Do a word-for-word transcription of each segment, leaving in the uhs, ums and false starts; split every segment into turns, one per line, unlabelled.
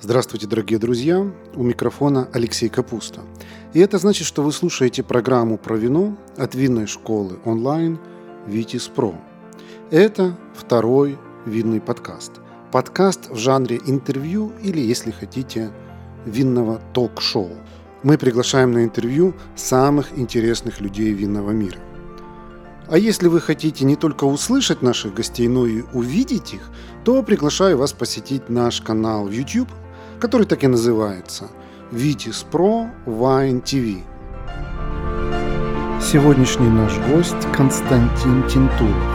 Здравствуйте, дорогие друзья! У микрофона Алексей Капуста. И это значит, что вы слушаете программу про вино от винной школы онлайн Vitis Pro. Это второй винный подкаст. Подкаст в жанре интервью или, если хотите, винного ток-шоу. Мы приглашаем на интервью самых интересных людей винного мира. А если вы хотите не только услышать наших гостей, но и увидеть их, то приглашаю вас посетить наш канал в YouTube, который так и называется Vitis Pro Wine ти ви. Сегодняшний наш гость Константин Тинтулов.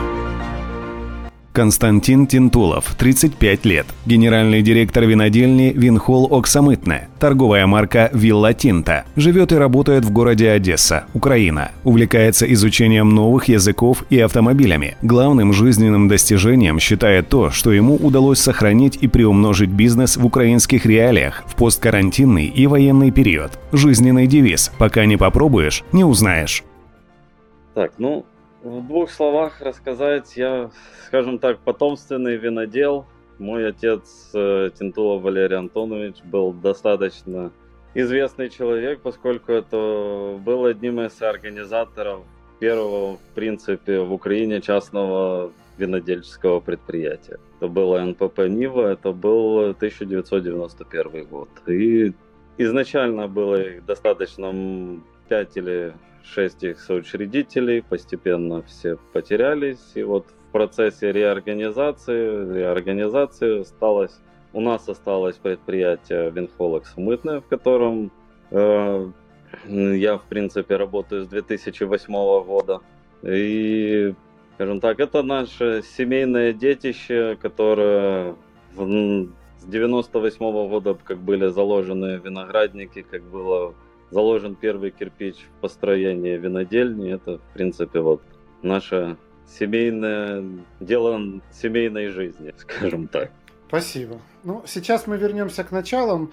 Константин Тинтулов, тридцать пять лет, генеральный директор винодельни «Винхолл Оксамытное», торговая марка «Вилла Тинта». Живет и работает в городе Одесса, Украина. Увлекается изучением новых языков и автомобилями. Главным жизненным достижением считает то, что ему удалось сохранить и приумножить бизнес в украинских реалиях в посткарантинный и военный период. Жизненный девиз «Пока не попробуешь, не узнаешь».
Так, ну... В двух словах рассказать, я, скажем так, потомственный винодел. Мой отец Тинтулов Валерий Антонович был достаточно известный человек, поскольку это был одним из организаторов первого, в принципе, в Украине частного винодельческого предприятия. Это было эн пэ пэ «Нива», это был тысяча девятьсот девяносто первый год. И изначально было их достаточно пять или шесть их соучредителей, постепенно все потерялись, и вот в процессе реорганизации, реорганизации осталось, у нас осталось предприятие «Винхолл Оксамытное», в котором э, я, в принципе, работаю с две тысячи восьмого года, и, скажем так, это наше семейное детище, которое в, с девяносто восьмого года, как были заложены виноградники, как было заложен первый кирпич в построении винодельни. Это, в принципе, вот наше семейное дело семейной жизни, скажем так.
Спасибо. Ну, сейчас мы вернемся к началам,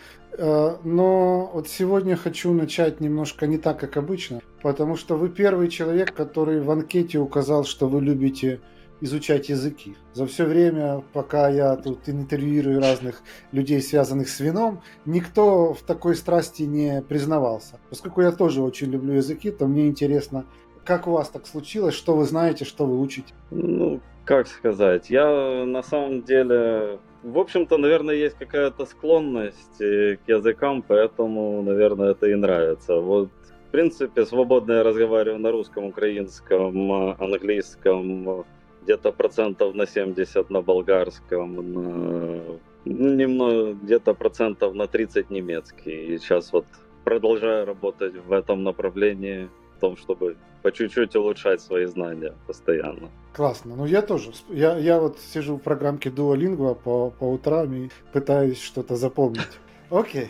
но вот сегодня хочу начать немножко не так, как обычно, потому что вы первый человек, который в анкете указал, что вы любите изучать языки. За все время, пока я тут интервьюирую разных людей, связанных с вином, никто в такой страсти не признавался. Поскольку я тоже очень люблю языки, то мне интересно, как у вас так случилось, что вы знаете, что вы учите?
Ну, как сказать, я на самом деле, в общем-то, наверное, есть какая-то склонность к языкам, поэтому, наверное, это и нравится. Вот, в принципе, свободно я разговариваю на русском, украинском, английском, где-то процентов на семьдесят на болгарском, на, ну, немного, где-то процентов на тридцать немецкий. И сейчас вот продолжаю работать в этом направлении, в том, чтобы по чуть-чуть улучшать свои знания постоянно.
Классно. Ну, я тоже. Я, я вот сижу в программке Duolingo по, по утрам и пытаюсь что-то запомнить. Окей.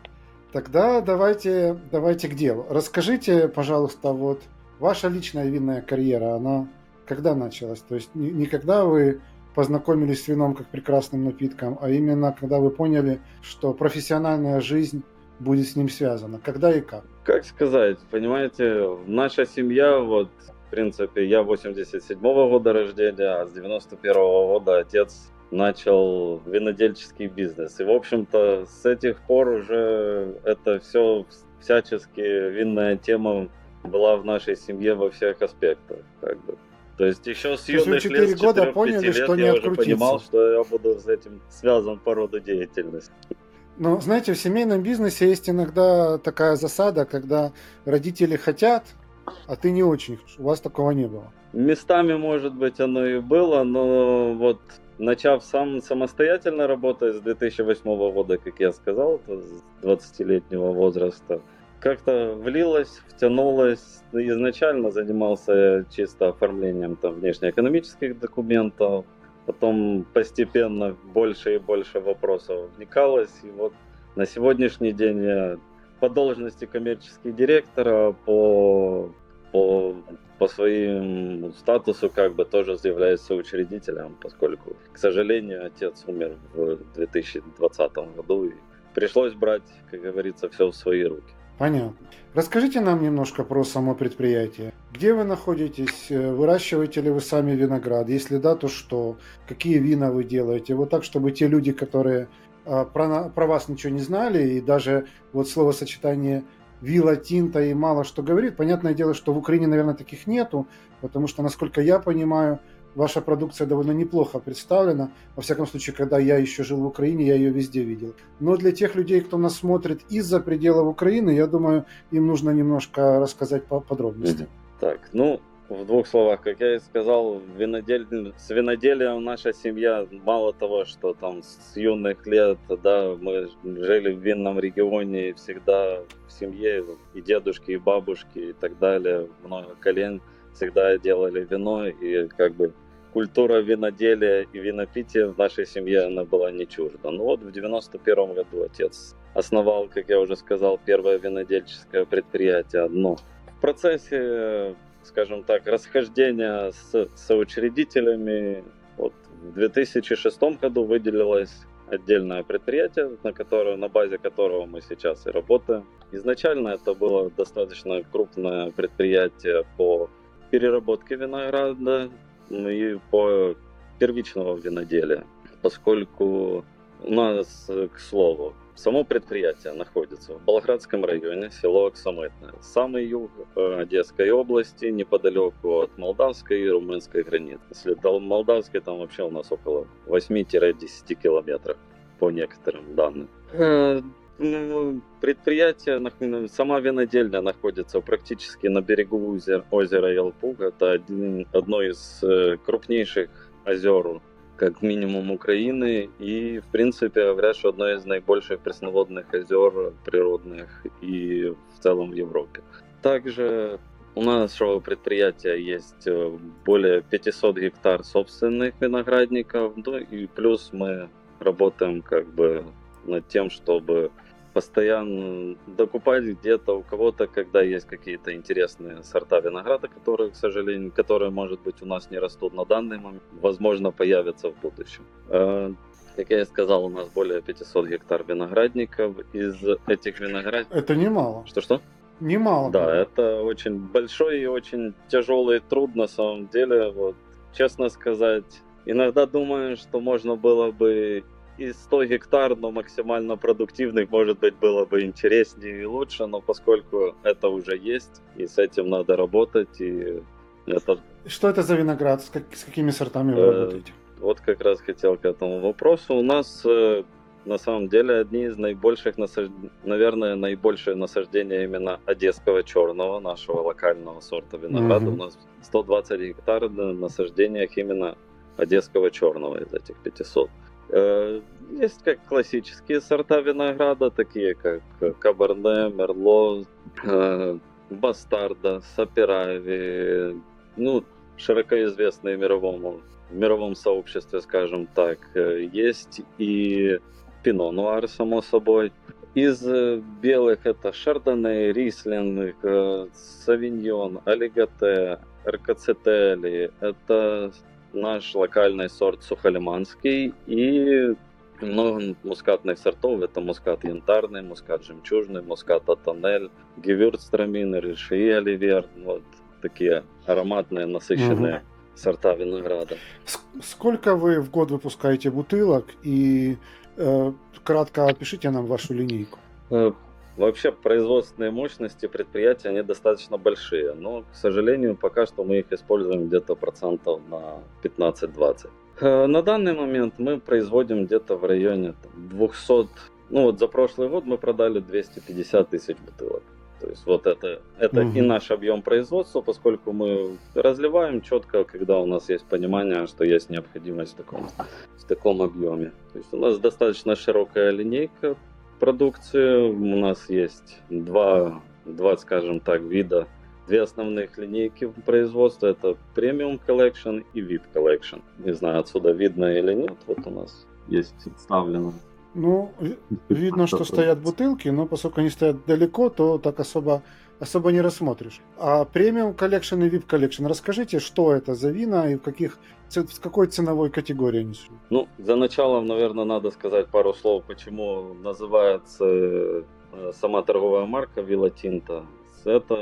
Тогда давайте, давайте к делу. Расскажите, пожалуйста, вот ваша личная винная карьера, она... Когда началось? То есть не, не когда вы познакомились с вином как прекрасным напитком, а именно когда вы поняли, что профессиональная жизнь будет с ним связана. Когда и как?
Как сказать, понимаете, наша семья, вот, в принципе, я восемьдесят седьмого года рождения, а с девяносто первого года отец начал винодельческий бизнес. И, в общем-то, с этих пор уже это все всячески винная тема была в нашей семье во всех аспектах, как бы. То есть еще с юных лет, с четырёх-пяти лет я уже понимал, что я буду с этим связан по роду деятельности.
Но, знаете, в семейном бизнесе есть иногда такая засада, когда родители хотят, а ты не очень. У вас такого не было?
Местами, может быть, оно и было, но вот начав сам самостоятельно работать с две тысячи восьмого года, как я сказал, это с двадцатилетнего возраста, как-то влилось, втянулось. Изначально занимался я чисто оформлением там внешнеэкономических документов, потом постепенно больше и больше вопросов вникалось. И вот на сегодняшний день я по должности коммерческий директор, а по, по, по своему статусу как бы тоже являюсь соучредителем, поскольку, к сожалению, отец умер в две тысячи двадцатом году и пришлось брать, как говорится, все в свои руки.
Понятно. Расскажите нам немножко про само предприятие. Где вы находитесь? Выращиваете ли вы сами виноград? Если да, то что? Какие вина вы делаете? Вот так, чтобы те люди, которые про, про вас ничего не знали, и даже вот словосочетание Вилла Тинта и мало что говорит. Понятное дело, что в Украине, наверное, таких нету, потому что, насколько я понимаю, ваша продукция довольно неплохо представлена. Во всяком случае, когда я еще жил в Украине, я ее везде видел. Но для тех людей, кто нас смотрит из-за пределов Украины, я думаю, им нужно немножко рассказать по подробности.
Так, ну, в двух словах, как я и сказал, винодель... с виноделием наша семья, мало того, что там с юных лет, да, мы жили в винном регионе, и всегда в семье и дедушки, и бабушки, и так далее, много колен всегда делали вино, и как бы культура виноделия и винопития в нашей семье, она была не чужда. Но вот в девяносто первом году отец основал, как я уже сказал, первое винодельческое предприятие одно. В процессе, скажем так, расхождения с соучредителями, вот в две тысячи шестом году выделилось отдельное предприятие, на, которое, на базе которого мы сейчас и работаем. Изначально это было достаточно крупное предприятие по переработке винограда и по первичного виноделия, поскольку у нас, к слову, само предприятие находится в Болградском районе, село Оксамытное, самый юг Одесской области, неподалеку от молдавской и румынской границы. Если до молдавской, там вообще у нас около восьми-десяти километров по некоторым данным. Предприятие, сама винодельня находится практически на берегу озера, озера Ялпуг. Это один, одно из крупнейших озер, как минимум, Украины. И, в принципе, говорят, что одно из наибольших пресноводных озер природных и в целом в Европе. Также у нашего предприятия есть более пятьсот гектар собственных виноградников. Ну, и плюс мы работаем как бы над тем, чтобы постоянно докупать где-то у кого-то, когда есть какие-то интересные сорта винограда, которые, к сожалению, которые, может быть, у нас не растут на данный момент, возможно, появятся в будущем. Как я и сказал, у нас более пятьсот гектар виноградников. Из этих виноградников...
Это немало.
Что-что?
Немало.
Да, это очень большой и очень тяжелый труд на самом деле. Вот, честно сказать, иногда думаю, что можно было бы и сто гектар, но максимально продуктивных, может быть, было бы интереснее и лучше, но поскольку это уже есть, и с этим надо работать, и это...
Что это за виноград? С, как, с какими сортами вы э, работаете?
Вот как раз хотел к этому вопросу. У нас, э, на самом деле, одни из наибольших, насаж... наверное, наибольшее насаждение именно одесского черного, нашего локального сорта винограда. Mm-hmm. У нас сто двадцать гектар на насаждениях именно одесского черного из этих пятисот. Есть как классические сорта винограда, такие как Каберне, Мерло, Бастарда, Саперави, ну, широко известные мировому, в мировом сообществе, скажем так. Есть и Пино Нуар, само собой. Из белых это Шардоне, Рислинг, Савиньон, Алигате, Аркацетели. Это наш локальный сорт сухолиманский и много мускатных сортов. Это мускат янтарный, мускат жемчужный, мускат Атонель, Гевюрцтрамин, Риши, Оливер. Вот такие ароматные, насыщенные угу. сорта винограда.
Сколько вы в год выпускаете бутылок? И э, кратко опишите нам вашу линейку.
Вообще производственные мощности предприятия, они достаточно большие, но, к сожалению, пока что мы их используем где-то процентов на пятнадцать-двадцать. На данный момент мы производим где-то в районе двухсот, ну вот за прошлый год мы продали двести пятьдесят тысяч бутылок. То есть вот это, это угу. и наш объем производства, поскольку мы разливаем четко, когда у нас есть понимание, что есть необходимость в таком, в таком объеме. То есть у нас достаточно широкая линейка продукции. У нас есть два, два, скажем так, вида, две основных линейки производства. Это Premium Collection и ви ай пи Collection. Не знаю, отсюда видно или нет. Вот у нас есть представлено.
Ну, видно, что стоят бутылки, но поскольку они стоят далеко, то так особо, особо не рассмотришь. А Premium Collection и ви ай пи Collection, расскажите, что это за вина и в, каких, в какой ценовой категории они существуют?
Ну, за началом, наверное, надо сказать пару слов, почему называется сама торговая марка Вилла Тинта. Это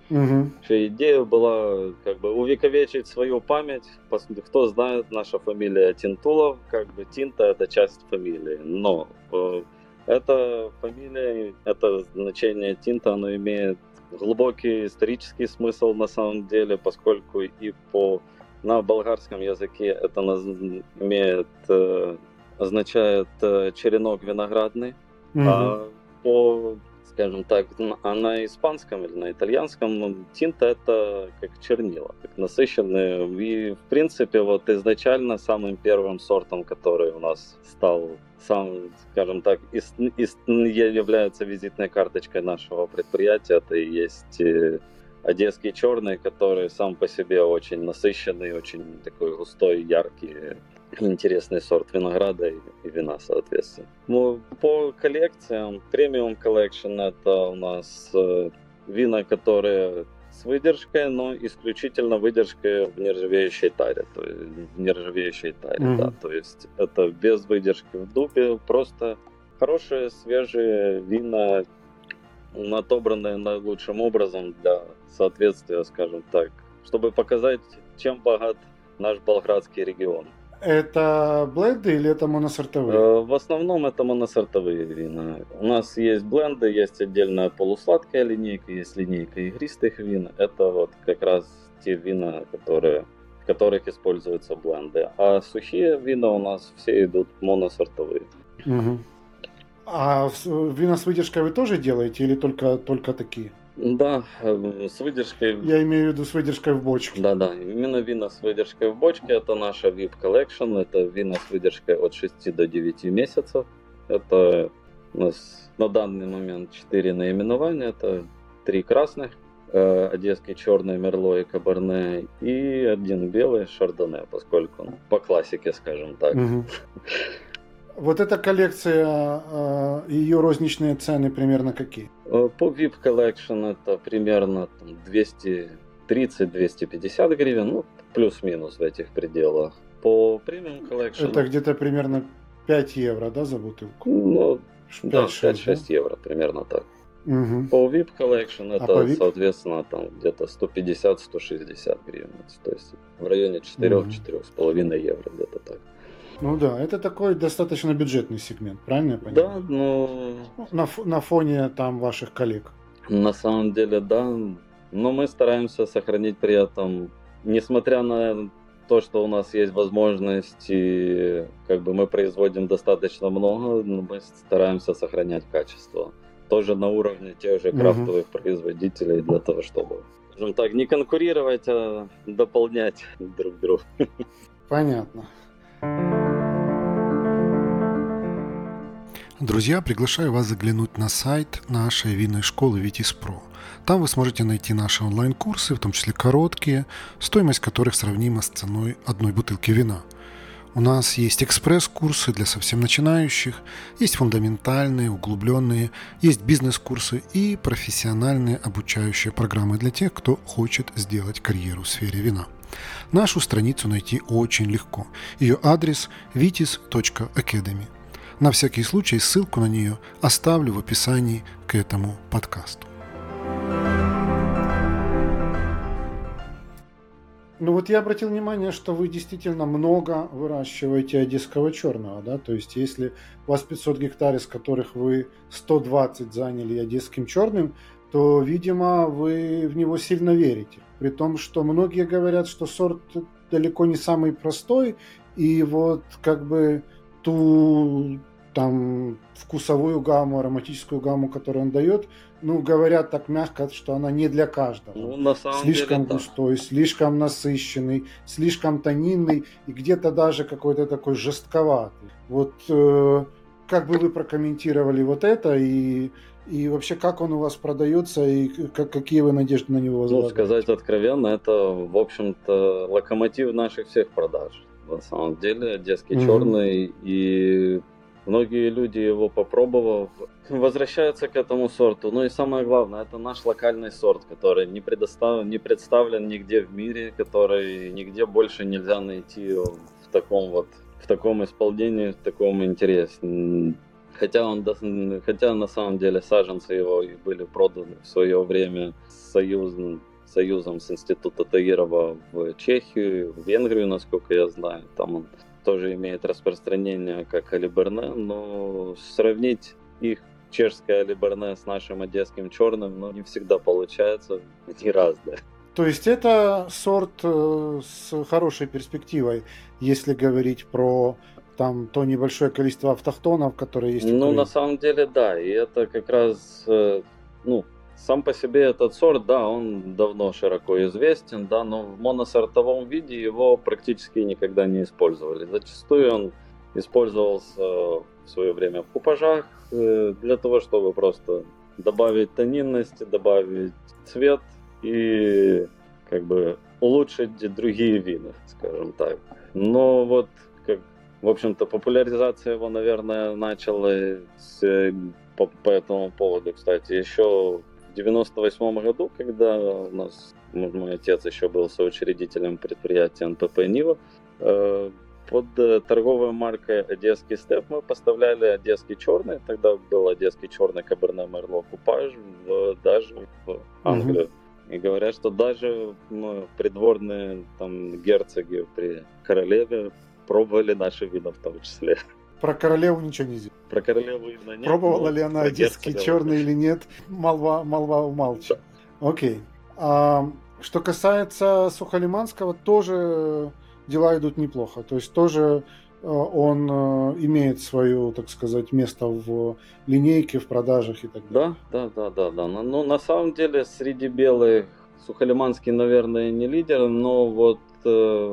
Угу.
Идея была как бы увековечить свою память. Кто знает, наша фамилия Тинтулов, как бы Тинта это часть фамилии. Но э, эта фамилия, это значение Тинта, оно имеет глубокий исторический смысл на самом деле, поскольку и по на болгарском языке это имеет, э, означает э, черенок виноградный,
Угу.
а по, скажем так, а на испанском или на итальянском тинта это как чернила, как насыщенные. И в принципе вот изначально самым первым сортом, который у нас стал сам, скажем так, из, из, является визитной карточкой нашего предприятия, это и есть одесский черный, который сам по себе очень насыщенный, очень такой густой, яркий, интересный сорт винограда и, и вина, соответственно. Ну, по коллекциям, премиум коллекшн это у нас э, вина, которые с выдержкой, но исключительно выдержкой в нержавеющей таре, то есть в нержавеющей таре, mm-hmm. да, то есть это без выдержки в дубе, просто хорошие свежие вина, отобранные наилучшим образом для соответствия, скажем так, чтобы показать, чем богат наш болградский регион.
Это бленды или это моносортовые?
В основном это моносортовые вина. У нас есть бленды, есть отдельная полусладкая линейка, есть линейка игристых вин. Это вот как раз те вина, которые, в которых используются бленды. А сухие вина у нас все идут моносортовые.
Угу. А вина с выдержкой вы тоже делаете или только, только такие?
Да, с выдержкой.
Я имею в виду с выдержкой в бочке.
Да, да, именно вина с выдержкой в бочке. Это наша ви ай пи Collection. Это вина с выдержкой от шести до девяти месяцев. Это у нас на данный момент четыре наименования. Это три красных, одесский черный, мерло и каберне, и один белый, шардоне, поскольку ну, по классике, скажем так.
Угу. Вот эта коллекция, ее розничные цены примерно какие?
По ви ай пи Collection это примерно двести тридцать - двести пятьдесят гривен, ну, плюс-минус в этих пределах. По Premium Collection...
Это где-то примерно пять евро, да, за бутылку?
Ну, да, пять-шесть да? евро, примерно так.
Угу.
По ви ай пи Collection это,
а ви ай пи?
соответственно, там где-то сто пятьдесят - сто шестьдесят гривен. То есть в районе четыре-четыре с половиной евро, где-то так.
Ну да, это такой достаточно бюджетный сегмент, правильно я понимаю?
Да, ну...
На, на фоне там ваших коллег.
На самом деле, да. Но мы стараемся сохранить при этом, несмотря на то, что у нас есть возможность и как бы мы производим достаточно много, но мы стараемся сохранять качество. Тоже на уровне тех же крафтовых угу. производителей для того, чтобы, скажем так, не конкурировать, а дополнять друг друга.
Понятно.
Друзья, приглашаю вас заглянуть на сайт нашей винной школы Витис.Про. Там вы сможете найти наши онлайн-курсы, в том числе короткие, стоимость которых сравнима с ценой одной бутылки вина. У нас есть экспресс-курсы для совсем начинающих, есть фундаментальные, углубленные, есть бизнес-курсы и профессиональные обучающие программы для тех, кто хочет сделать карьеру в сфере вина. Нашу страницу найти очень легко. Ее адрес vitis точка academy. На всякий случай ссылку на нее оставлю в описании к этому подкасту.
Ну вот я обратил внимание, что вы действительно много выращиваете одесского черного, да, то есть если у вас пятьсот гектаров, из которых вы сто двадцать заняли одесским черным, то, видимо, вы в него сильно верите. При том, что многие говорят, что сорт далеко не самый простой, и вот как бы ту там вкусовую гамму, ароматическую гамму, которую он дает, ну, говорят так мягко, что она не для каждого.
Ну, на самом
слишком
деле,
густой, да. слишком насыщенный, слишком тонинный и где-то даже какой-то такой жестковатый. Вот э, как бы вы прокомментировали вот это и, и вообще как он у вас продается и как, какие вы надежды на него возлагаете?
Ну, сказать откровенно, это, в общем-то, локомотив наших всех продаж. На самом деле, одесский mm-hmm. черный, и многие люди, его попробовав, возвращаются к этому сорту. Ну и самое главное, это наш локальный сорт, который не, предостав... не представлен нигде в мире, который нигде больше нельзя найти в таком вот, в таком исполнении, в таком интересе. Хотя, он, хотя на самом деле саженцы его и были проданы в свое время союзом, союзом с института Таирова в Чехию, в Венгрию, насколько я знаю. Там он тоже имеет распространение как алиберне, но сравнить их чешское алиберне с нашим одесским черным, ну, не всегда получается, ни раз, да.
То есть это сорт э, с хорошей перспективой, если говорить про там то небольшое количество автохтонов, которые есть в
Ну,
Украине.
на самом деле, да, и это как раз, э, ну, сам по себе этот сорт, да, он давно широко известен, да, но в моносортовом виде его практически никогда не использовали. Зачастую он использовался в свое время в купажах э, для того, чтобы просто добавить тонинности, добавить цвет и как бы улучшить другие вина, скажем так. Но вот как, в общем-то, популяризация его, наверное, началась по, по этому поводу, кстати, еще в девяносто восьмом году, когда у нас мой отец еще был соучредителем предприятия эн пэ пэ «Нива», э, под торговой маркой «Одесский степ» мы поставляли одесский черный, тогда был одесский черный Каберне Мерло Купаж, в, даже в Англию. Mm-hmm. И говорят, что даже ну, придворные там герцоги при королеве пробовали наши вина в том числе.
Про королеву ничего не сделал.
Про королеву вина нет.
Пробовала ли она одесский черный или нет, молва, молва умалчивает. Да. Окей. А, что касается Сухолиманского, тоже дела идут неплохо. То есть тоже он имеет свое, так сказать, место в линейке, в продажах и так далее.
Да, да, да, да, да. Ну, на самом деле, среди белых Сухолиманский, наверное, не лидер, но вот э,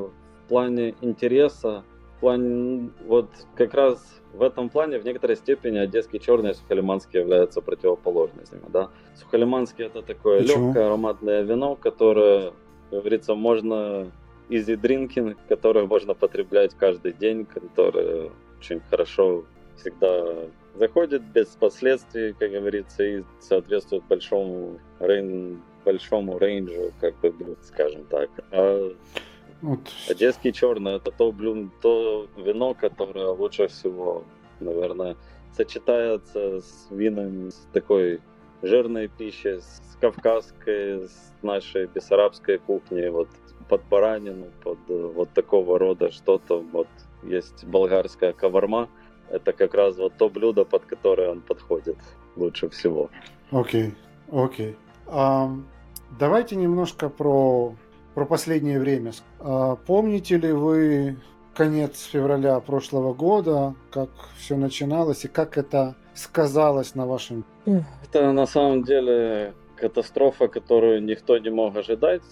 в плане интереса, в плане, вот как раз в этом плане в некоторой степени одесский черный и Сухолиманский являются противоположностями, да. Сухолиманский — это такое Почему? легкое ароматное вино, которое, как говорится, можно easy drinking, которое можно потреблять каждый день, которое очень хорошо всегда заходит без последствий, как говорится, и соответствует большому рейн, большому рейнджу, как бы, скажем так. А вот. Одесский черный — это то, блюн, то вино, которое лучше всего, наверное, сочетается с винами, с такой жирной пищей, с кавказской, с нашей бессарабской кухней, вот под баранину, под вот такого рода что-то. Вот есть болгарская каварма, это как раз вот то блюдо, под которое он подходит лучше всего.
Окей, okay, окей. Okay. Um, давайте немножко про, про последнее время. Uh, помните ли вы конец февраля прошлого года, как все начиналось и как это сказалось на вашем...
Это на самом деле катастрофа, которую никто не мог ожидать.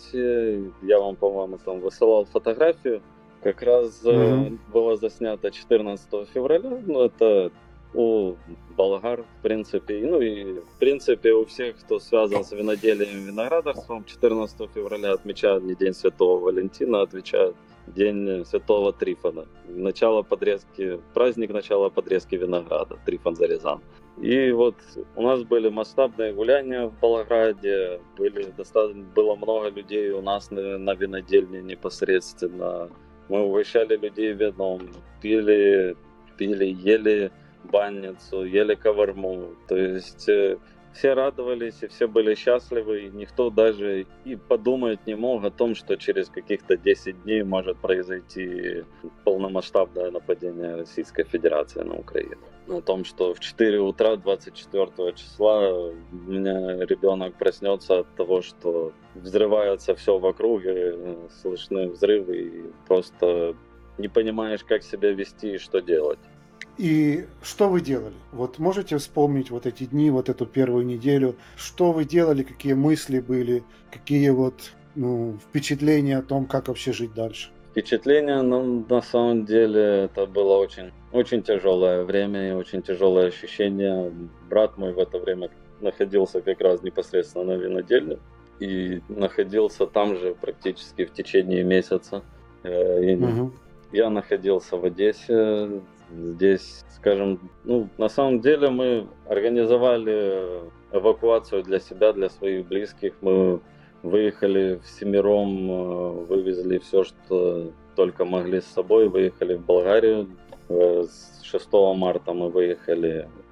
Я вам, по-моему, там высылал фотографию. Как раз mm-hmm. было заснято четырнадцатого февраля. Ну, это у болгар, в принципе, ну и в принципе у всех, кто связан с виноделием и виноградарством, четырнадцатого февраля отмечают не День Святого Валентина, отмечают День Святого Трифона. Начало подрезки, праздник начала подрезки винограда, Трифон Зарезан. И вот у нас были масштабные гуляния в Болграде, были достаточно, было много людей у нас на, на винодельне непосредственно. Мы угощали людей вином, пили, пили, ели банницу, ели каварму. То есть э, все радовались и все были счастливы, и никто даже и подумать не мог о том, что через каких-то десять дней может произойти полномасштабное нападение Российской Федерации на Украину. О том, что в четыре утра двадцать четвёртого числа у меня ребенок проснется от того, что взрывается все вокруг, и слышны взрывы, и просто не понимаешь, как себя вести и что делать.
И что вы делали? Вот можете вспомнить вот эти дни, вот эту первую неделю? Что вы делали, какие мысли были, какие вот ну, впечатления о том, как вообще жить дальше?
Впечатление, ну, на самом деле, это было очень, очень тяжелое время и очень тяжелое ощущение. Брат мой в это время находился как раз непосредственно на винодельне и находился там же практически в течение месяца. И угу. Я находился в Одессе. Здесь, скажем, ну, на самом деле мы организовали эвакуацию для себя, для своих близких. Мы выехали всемиром, вывезли все, что только могли с собой, выехали в Болгарию. С шестого марта мы выехали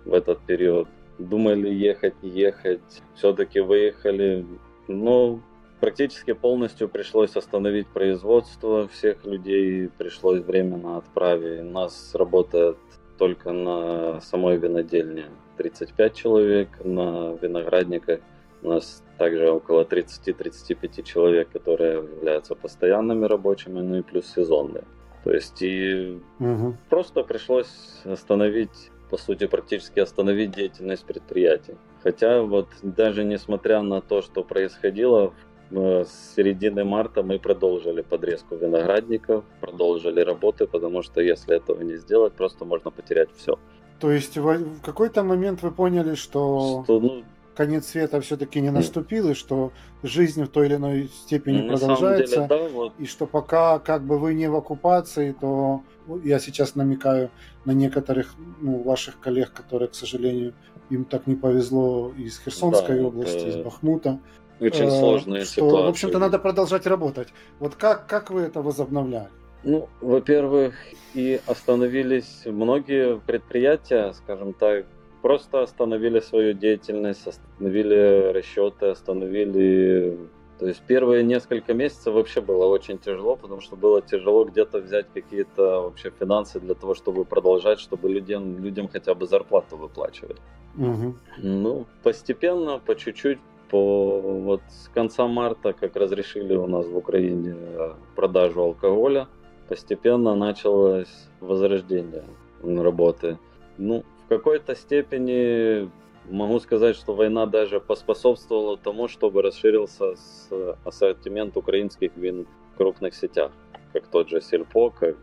в этот период. Думали ехать, не ехать, все-таки выехали, но практически полностью пришлось остановить производство, всех людей пришлось временно отправить. У нас работает только на самой винодельне тридцать пять человек, на виноградниках у нас также около тридцать-тридцать пять человек, которые являются постоянными рабочими, ну и плюс сезонные. То есть и угу. просто пришлось остановить, по сути, практически остановить деятельность предприятий. Хотя вот даже несмотря на то, что происходило, с середины марта мы продолжили подрезку виноградников, продолжили работы, потому что если этого не сделать, просто можно потерять все.
То есть в какой-то момент вы поняли, что, что ну, конец света все-таки не наступил, и что жизнь в той или иной степени на продолжается,
самом деле, да, вот.
И что пока как бы вы не в оккупации, то я сейчас намекаю на некоторых ну, ваших коллег, которые, к сожалению, им так не повезло из Херсонской да, области, это... из Бахмута.
Очень сложная
что,
ситуация.
В общем-то, надо продолжать работать. Вот как, как вы это возобновляли?
Ну, во-первых, и остановились многие предприятия, скажем так, просто остановили свою деятельность, остановили расчеты, остановили... То есть первые несколько месяцев вообще было очень тяжело, потому что было тяжело где-то взять какие-то вообще финансы для того, чтобы продолжать, чтобы людям, людям хотя бы зарплату выплачивать.
Угу.
Ну, постепенно, по чуть-чуть, по вот с конца марта, как разрешили у нас в Украине продажу алкоголя, постепенно началось возрождение работы. Ну, в какой-то степени могу сказать, что война даже поспособствовала тому, чтобы расширился ассортимент украинских вин в крупных сетях, как тот же Сельпо, как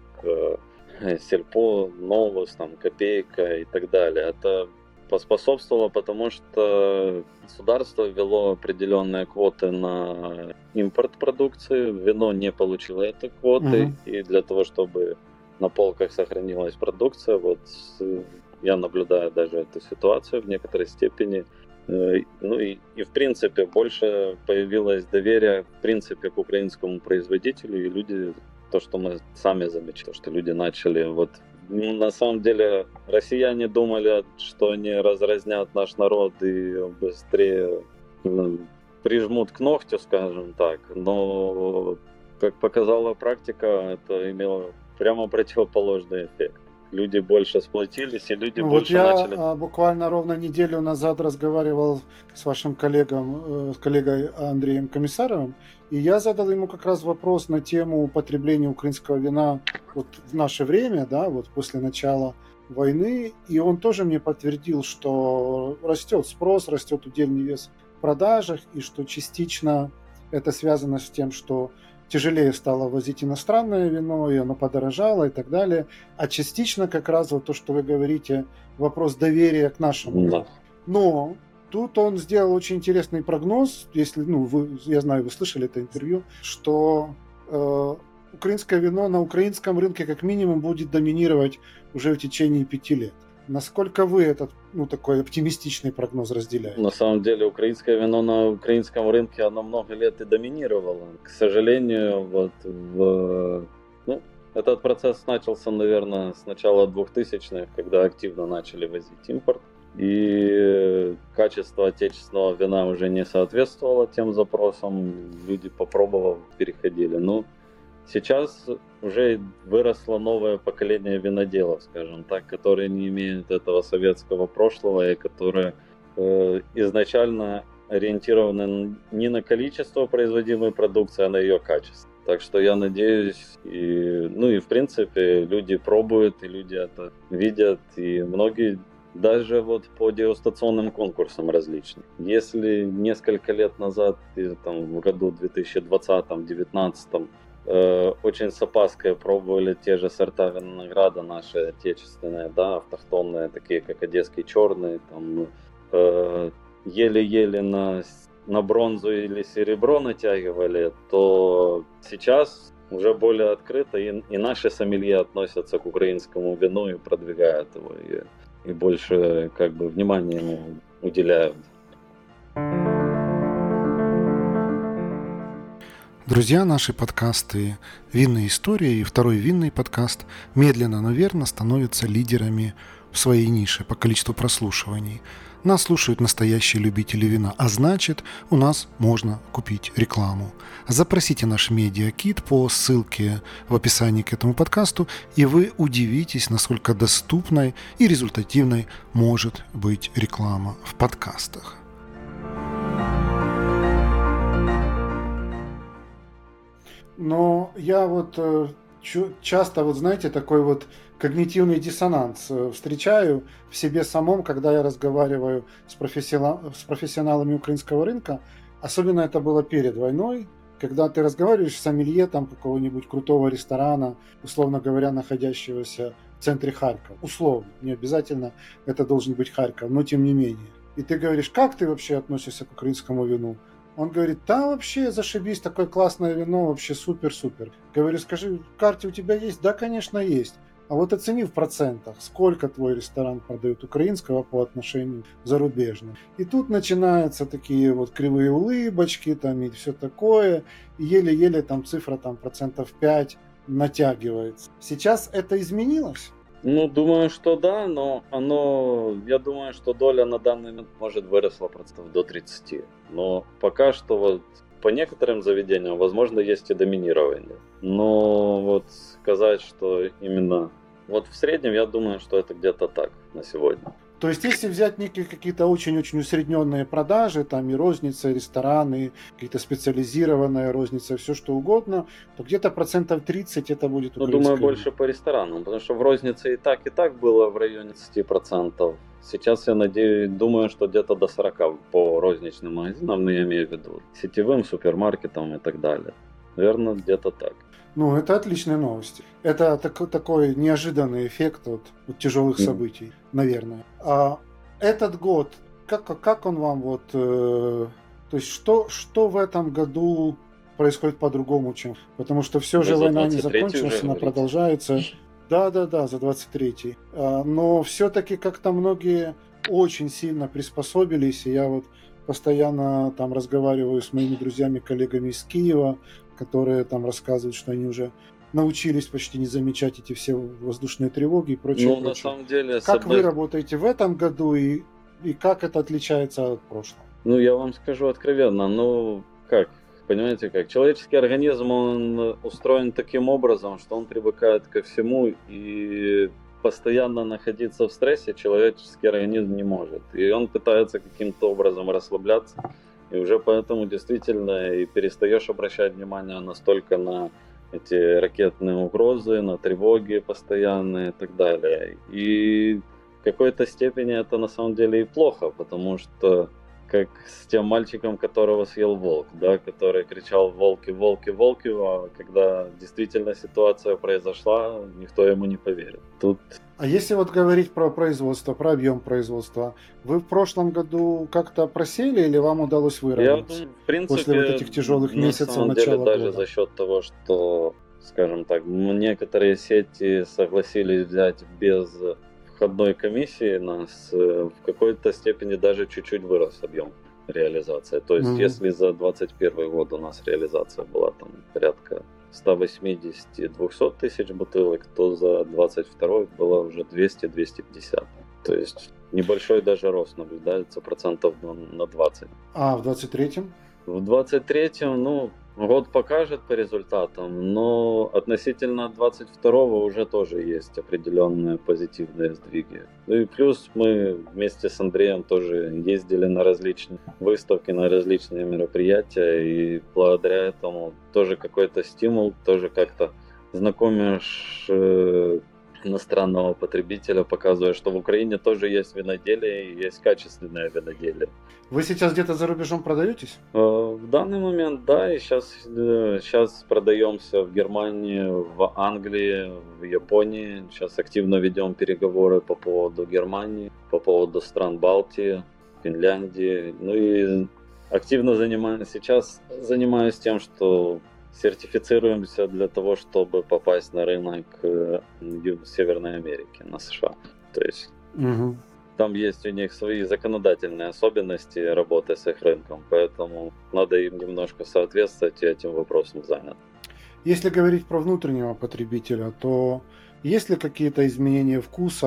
э, Сельпо, Новус, там, Копейка и так далее. Это поспособствовало, потому что государство ввело определенные квоты на импорт продукции, вино не получило этой квоты, угу. и для того, чтобы на полках сохранилась продукция, вот я наблюдаю даже эту ситуацию в некоторой степени. Ну и, и в принципе больше появилось доверие в принципе к украинскому производителю, и люди, то, что мы сами замечали, что люди начали вот ну, на самом деле россияне думали, что они разразнят наш народ и быстрее ну, прижмут к ногтю, скажем так, но как показала практика, это имело прямо противоположный эффект. Люди больше сплотились, и люди
ну,
больше
вот я
начали...
Я буквально ровно неделю назад разговаривал с вашим коллегом, с коллегой Андреем Комиссаровым, и я задал ему как раз вопрос на тему употребления украинского вина вот в наше время, да, вот после начала войны, и он тоже мне подтвердил, что растет спрос, растет удельный вес в продажах, и что частично это связано с тем, что тяжелее стало возить иностранное вино, и оно подорожало и так далее. А частично как раз вот то, что вы говорите, вопрос доверия к нашему.
Да.
Но тут он сделал очень интересный прогноз, если, ну, вы, я знаю, вы слышали это интервью, что э, украинское вино на украинском рынке как минимум будет доминировать уже в течение пяти лет. Насколько вы этот, ну, такой оптимистичный прогноз разделяете?
На самом деле, украинское вино на украинском рынке, оно много лет и доминировало. К сожалению, вот в... ну, этот процесс начался, наверное, с начала двухтысячных, когда активно начали возить импорт. И качество отечественного вина уже не соответствовало тем запросам. Люди, попробовав, переходили. Ну, сейчас уже выросло новое поколение виноделов, скажем так, которые не имеют этого советского прошлого и которые э, изначально ориентированы не на количество производимой продукции, а на ее качество. Так что я надеюсь, и, ну и в принципе люди пробуют, и люди это видят, и многие даже вот по дегустационным конкурсам различным. Если несколько лет назад, там, в году две тысячи двадцатом — две тысячи девятнадцатом, очень с опаской пробовали те же сорта винограда наши отечественные, да, автохтонные, такие как одесский черный, там, э, еле-еле на, на бронзу или серебро натягивали, то сейчас уже более открыто и, и наши сомелье относятся к украинскому вину и продвигают его, и, и больше как бы внимания ему уделяют.
Друзья, наши подкасты «Винные истории» и второй винный подкаст медленно, но верно становятся лидерами в своей нише по количеству прослушиваний. Нас слушают настоящие любители вина, а значит, у нас можно купить рекламу. Запросите наш медиакит по ссылке в описании к этому подкасту, и вы удивитесь, насколько доступной и результативной может быть реклама в подкастах.
Но я вот э, чу- часто, вот знаете, такой вот когнитивный диссонанс э, встречаю в себе самом, когда я разговариваю с, профессионал- с профессионалами украинского рынка. Особенно это было перед войной, когда ты разговариваешь с сомелье там какого-нибудь крутого ресторана, условно говоря, находящегося в центре Харькова. Условно, не обязательно это должен быть Харьков, но тем не менее. И ты говоришь, как ты вообще относишься к украинскому вину? Он говорит, да вообще зашибись, такое классное вино, вообще супер-супер. Говорю, скажи, в карте у тебя есть? Да, конечно, есть. А вот оцени в процентах, сколько твой ресторан продает украинского по отношению к зарубежному. И тут начинаются такие вот кривые улыбочки там и все такое. И еле-еле там цифра там процентов пять натягивается. Сейчас это изменилось?
Ну, думаю, что да, но оно, я думаю, что доля на данный момент, может, выросла процентов до тридцати. Но пока что вот по некоторым заведениям, возможно, есть и доминирование. Но вот сказать, что именно вот в среднем, я думаю, что это где-то так на сегодня.
То есть, если взять некие какие-то очень-очень усредненные продажи, там и розница, и рестораны, какие-то специализированная розница, все что угодно, то где-то процентов тридцать это будет
украинское. Ну, думаю,
вино.
больше по ресторанам, потому что в рознице и так, и так было в районе тридцать процентов. Сейчас я надеюсь, думаю, что где-то до сорок процентов по розничным магазинам, но я имею в виду сетевым, супермаркетам и так далее. Наверное, где-то так.
Ну, это отличные новости. Это так, такой неожиданный эффект от, от тяжелых mm. событий, наверное. А этот год, как, как он вам вот... Э, то есть, что, что в этом году происходит по-другому, чем... Потому что все же война не закончилась, она продолжается. Да-да-да, за двадцать третий. А, но все-таки как-то многие очень сильно приспособились, и я вот постоянно там разговариваю с моими друзьями, коллегами из Киева, которые там рассказывают, что они уже научились почти не замечать эти все воздушные тревоги и прочее.
Ну,
прочее.
на самом деле...
Как
одной...
вы работаете в этом году и, и как это отличается от прошлого?
Ну, я вам скажу откровенно, ну, как, понимаете, как, человеческий организм, он устроен таким образом, что он привыкает ко всему, и постоянно находиться в стрессе человеческий организм не может. И он пытается каким-то образом расслабляться. И уже поэтому действительно и перестаешь обращать внимание настолько на эти ракетные угрозы, на тревоги постоянные и так далее. И в какой-то степени это на самом деле и плохо, потому что как с тем мальчиком, которого съел волк, да, который кричал «волки, волки, волки», а когда действительно ситуация произошла, никто ему не поверил. Тут...
А если вот говорить про производство, про объем производства, вы в прошлом году как-то просели или вам удалось выровняться?
Я, в принципе,
после вот этих тяжелых месяцев
на самом
начала
деле, даже
года?
за счет того, что, скажем так, некоторые сети согласились взять без входной комиссии, нас в какой-то степени даже чуть-чуть вырос объем реализации. То есть, mm-hmm. если за двадцать первый год у нас реализация была там порядка сто восемьдесят - двести тысяч бутылок, то за двадцать второй было уже двести - двести пятьдесят. То есть небольшой даже рост наблюдается, процентов на двадцать.
А в двадцать третьем?
В двадцать третьем, ну, год покажет по результатам, но относительно двадцать второго уже тоже есть определенные позитивные сдвиги. Ну и плюс мы вместе с Андреем тоже ездили на различные выставки, на различные мероприятия, и благодаря этому тоже какой-то стимул, тоже как-то знакомишь э, иностранного потребителя, показывая, что в Украине тоже есть виноделие и есть качественное виноделие.
Вы сейчас где-то за рубежом продаетесь?
В данный момент, да, и сейчас, сейчас продаемся в Германии, в Англии, в Японии. Сейчас активно ведем переговоры по поводу Германии, по поводу стран Балтии, Финляндии. Ну и активно занимаюсь, сейчас занимаюсь тем, что сертифицируемся для того, чтобы попасть на рынок Северной Америки, на США. То есть...
Угу.
Там есть у них свои законодательные особенности работы с их рынком, поэтому надо им немножко соответствовать и этим вопросом занят.
Если говорить про внутреннего потребителя, то есть ли какие-то изменения вкусов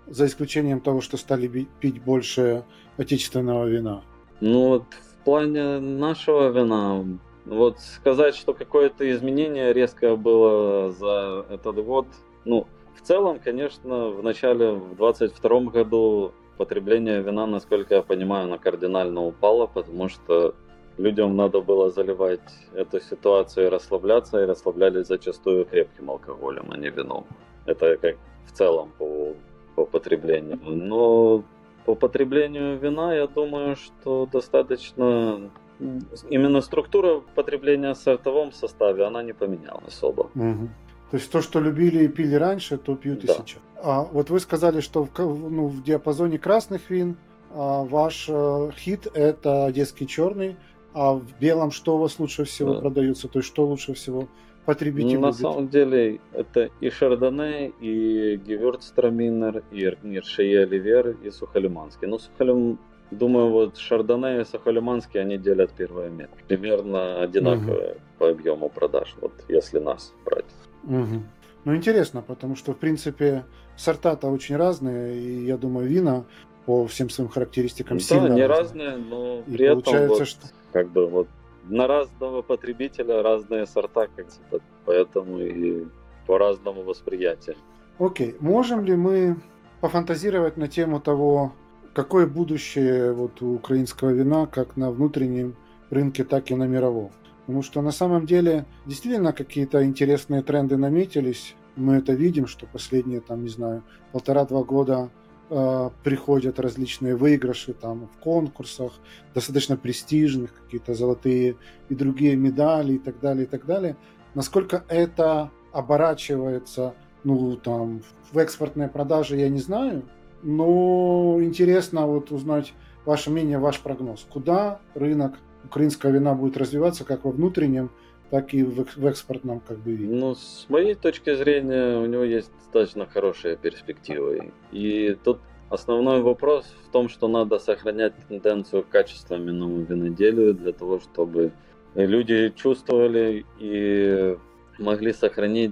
за исключением того, что стали пить больше отечественного вина?
Ну вот в плане нашего вина, вот сказать, что какое-то изменение резкое было за этот год, ну, в целом, конечно, в начале, в двадцать втором году потребление вина, насколько я понимаю, оно кардинально упало, потому что людям надо было заливать эту ситуацию и расслабляться, и расслаблялись зачастую крепким алкоголем, а не вином. Это как в целом по, по потреблению. Но по потреблению вина, я думаю, что достаточно... Именно структура потребления в сортовом составе, она не поменялась особо.
Угу. То есть то, что любили и пили раньше, то пьют
да.
и сейчас. А вот вы сказали, что в, ну, в диапазоне красных вин а ваш э, хит – это одесский черный, а в белом что у вас лучше всего да. продается? То есть что лучше всего потребитель
ну, На
любит?
самом деле это и Шардоне, и Гевюрцтраминер, и Ниршие Оливер, и Сухолиманский. Но Сухолим... Думаю, вот Шардоне и Сухолиманский, они делят первое место. Примерно одинаковые угу. по объему продаж, вот если нас брать.
Угу. Ну, интересно, потому что, в принципе, сорта-то очень разные, и, я думаю, вина по всем своим характеристикам
да,
сильно
не
разные.
разные, но
и
при этом
получается,
вот,
что...
как бы вот на разного потребителя разные сорта, как бы, поэтому и по-разному восприятие.
Окей, можем ли мы пофантазировать на тему того, какое будущее вот у украинского вина как на внутреннем рынке, так и на мировом? Потому что на самом деле действительно какие-то интересные тренды наметились. Мы это видим, что последние, там, не знаю, полтора-два года э, приходят различные выигрыши там в конкурсах, достаточно престижных, какие-то золотые и другие медали и так далее, и так далее. Насколько это оборачивается, ну, там, в экспортные продажи, я не знаю. Но интересно вот узнать ваше мнение, ваш прогноз. Куда рынок украинского вина будет развиваться, как во внутреннем, так и в экспортном как бы виде?
Ну, с моей точки зрения, у него есть достаточно хорошие перспективы. И тут основной вопрос в том, что надо сохранять тенденцию к качественному виноделию для того, чтобы люди чувствовали и могли сохранить...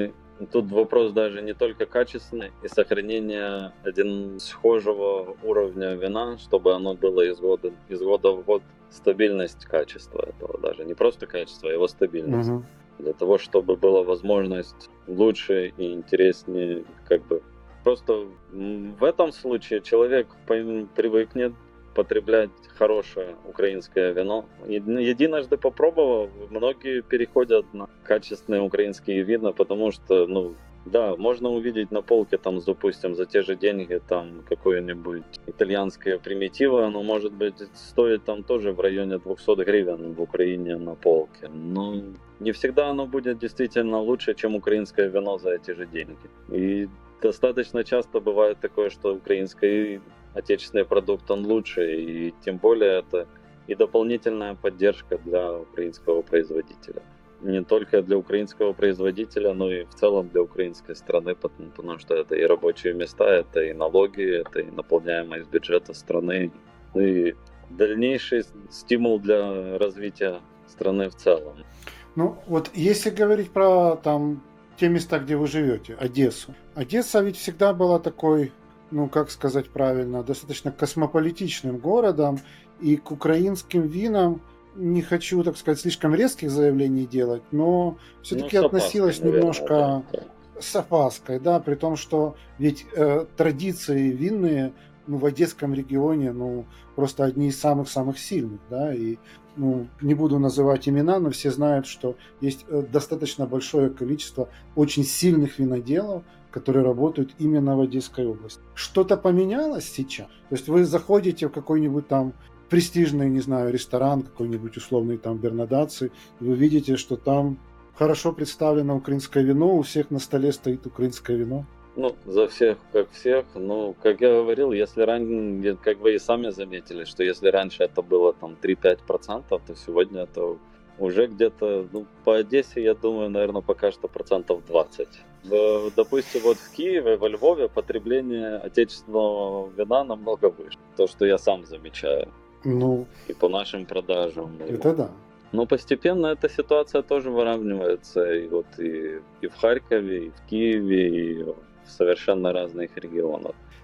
Тут вопрос даже не только качественный, и сохранение один схожего уровня вина, чтобы оно было из года, из года в год стабильность качества этого, даже не просто качество, а его стабильность. Угу. Для того, чтобы была возможность лучше и интереснее, как бы просто в этом случае человек привыкнет потреблять хорошее украинское вино. Единожды попробовав, многие переходят на качественные украинские вина, потому что, ну, да, можно увидеть на полке, там, допустим, за те же деньги, там, какое-нибудь итальянское примитиво, оно, может быть, стоит там тоже в районе двухсот гривен в Украине на полке. Но не всегда оно будет действительно лучше, чем украинское вино за эти же деньги. И достаточно часто бывает такое, что украинское отечественный продукт, он лучше, и тем более это и дополнительная поддержка для украинского производителя. Не только для украинского производителя, но и в целом для украинской страны, потому, потому что это и рабочие места, это и налоги, это и наполняемость бюджета страны, ну и дальнейший стимул для развития страны в целом.
Ну вот если говорить про там те места, где вы живете, Одессу. Одесса ведь всегда была такой, ну, как сказать правильно, достаточно космополитичным городом, и к украинским винам не хочу, так сказать, слишком резких заявлений делать, но все-таки ну, относилась опаской, немножко наверное, да, да. с опаской, да, при том, что ведь э, традиции винные, ну, в Одесском регионе, ну, просто одни из самых-самых сильных, да, и, ну, не буду называть имена, но все знают, что есть достаточно большое количество очень сильных виноделов, которые работают именно в Одесской области. Что-то поменялось сейчас? То есть вы заходите в какой-нибудь там престижный, не знаю, ресторан, какой-нибудь условный там Бернадаци, и вы видите, что там хорошо представлено украинское вино, у всех на столе стоит украинское вино.
Ну, за всех, как всех. Ну, как я говорил, если раньше, как вы и сами заметили, что если раньше это было там три-пять процентов, то сегодня это уже где-то, ну, по Одессе, я думаю, наверное, пока что процентов двадцать. В, допустим, вот в Киеве, во Львове потребление отечественного вина намного выше. То, что я сам замечаю.
Ну,
и по нашим продажам.
Это да.
Но постепенно эта ситуация тоже выравнивается. И вот и, и в Харькове, и в Киеве, и в совершенно разных регионах.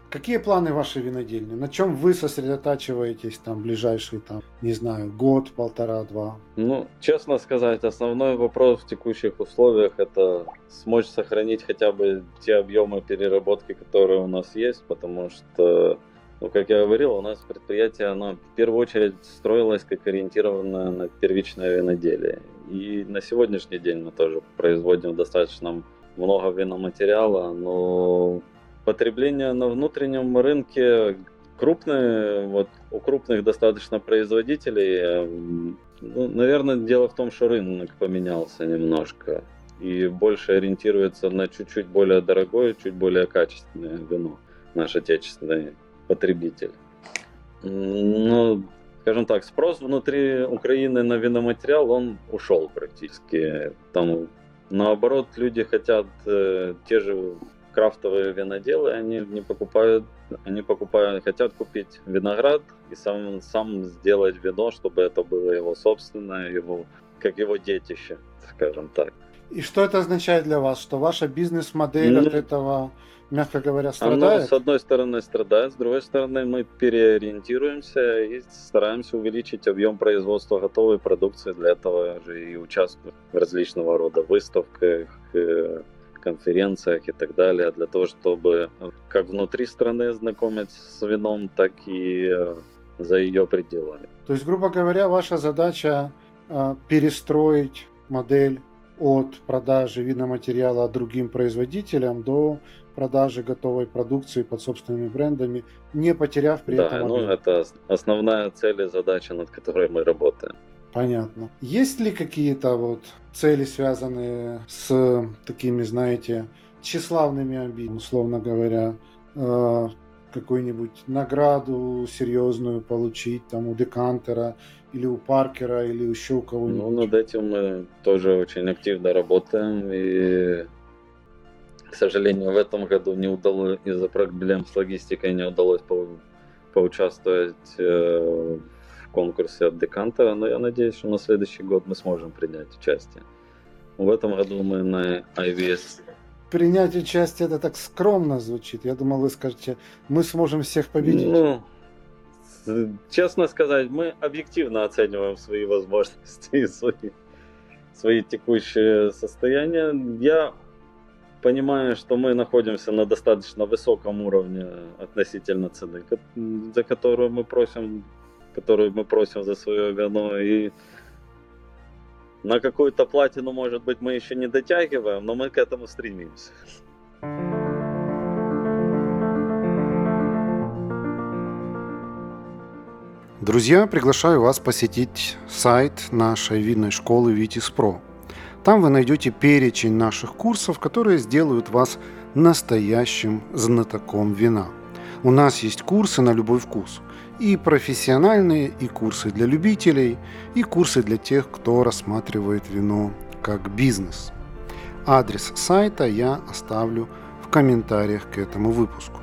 Какие планы вашей винодельни? На чем вы сосредотачиваетесь там ближайший, там, не знаю, год, полтора, два?
Ну, честно сказать, основной вопрос в текущих условиях – это смочь сохранить хотя бы те объемы переработки, которые у нас есть, потому что, ну, как я говорил, у нас предприятие, оно в первую очередь строилось как ориентированное на первичное виноделие. И на сегодняшний день мы тоже производим достаточно много виноматериала, но потребление на внутреннем рынке крупные, вот у крупных достаточно производителей, ну, наверное, дело в том, что рынок поменялся немножко и больше ориентируется на чуть-чуть более дорогое, чуть более качественное вино, наш отечественный потребитель. Ну, скажем так, спрос внутри Украины на виноматериал, он ушел практически. Там, наоборот, люди хотят э, те же крафтовые виноделы, они не покупают, они покупают, хотят купить виноград и сам, сам сделать вино, чтобы это было его собственное, его, как его детище, скажем так.
И что это означает для вас? Что ваша бизнес-модель ну, от этого, мягко говоря, страдает?
Оно, с одной стороны, страдает, с другой стороны, мы переориентируемся и стараемся увеличить объем производства готовой продукции. Для этого же и участвуем в различного рода выставках, конференциях и так далее, для того, чтобы как внутри страны знакомиться с вином, так и за ее пределами.
То есть, грубо говоря, ваша задача э, перестроить модель от продажи виноматериала другим производителям до продажи готовой продукции под собственными брендами, не потеряв при
да,
этом...
Да, ну
объем.
Это основная цель и задача, над которой мы работаем.
Понятно. Есть ли какие-то вот цели, связанные с такими, знаете, тщеславными амбициями, условно говоря, э, какую-нибудь награду серьезную получить там у Декантера или у Паркера или еще у кого-нибудь?
Ну, над этим мы тоже очень активно работаем, и, к сожалению, в этом году не удалось, из-за проблем с логистикой не удалось по, поучаствовать э, в конкурсе от Декантера, но я надеюсь, что на следующий год мы сможем принять участие. В этом году мы на ай ви эс.
Принять участие — это так скромно звучит. Я думал, вы скажете, мы сможем всех победить.
Ну, честно сказать, мы объективно оцениваем свои возможности и свои, свои текущие состояния. Я понимаю, что мы находимся на достаточно высоком уровне относительно цены, за которую мы просим, которую мы просим за свое вино, и на какую-то платину, может быть, мы еще не дотягиваем, но мы к этому стремимся.
Друзья, приглашаю вас посетить сайт нашей винной школы Витис.Про. Там вы найдете перечень наших курсов, которые сделают вас настоящим знатоком вина. У нас есть курсы на любой вкус. И профессиональные, и курсы для любителей, и курсы для тех, кто рассматривает вино как бизнес. Адрес сайта я оставлю в комментариях к этому выпуску.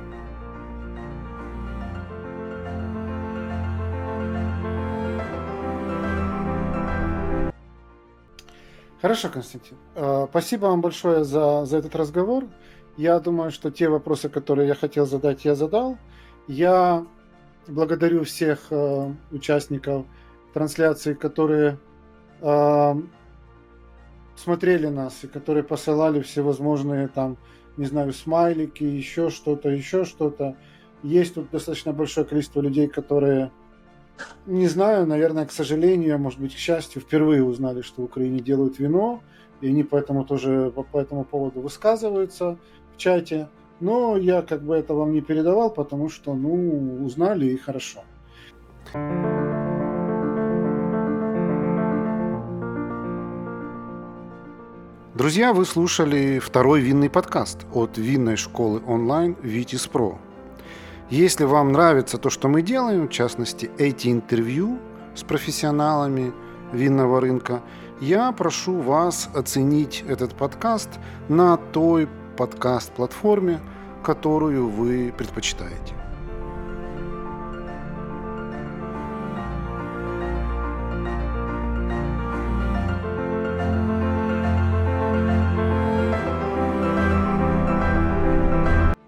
Хорошо, Константин. Спасибо вам большое за, за этот разговор. Я думаю, что те вопросы, которые я хотел задать, я задал. Я благодарю всех э, участников трансляции, которые э, смотрели нас и которые посылали всевозможные там, не знаю, смайлики, еще что-то, еще что-то. Есть тут достаточно большое количество людей, которые, не знаю, наверное, к сожалению, а может быть, к счастью, впервые узнали, что в Украине делают вино, и они поэтому тоже по, по этому поводу высказываются в чате. Но я как бы это вам не передавал, потому что, ну, узнали и хорошо. Друзья, вы слушали второй винный подкаст от винной школы онлайн Витис.Про. Если вам нравится то, что мы делаем, в частности, эти интервью с профессионалами винного рынка, я прошу вас оценить этот подкаст на той подкаст-платформе, которую вы предпочитаете.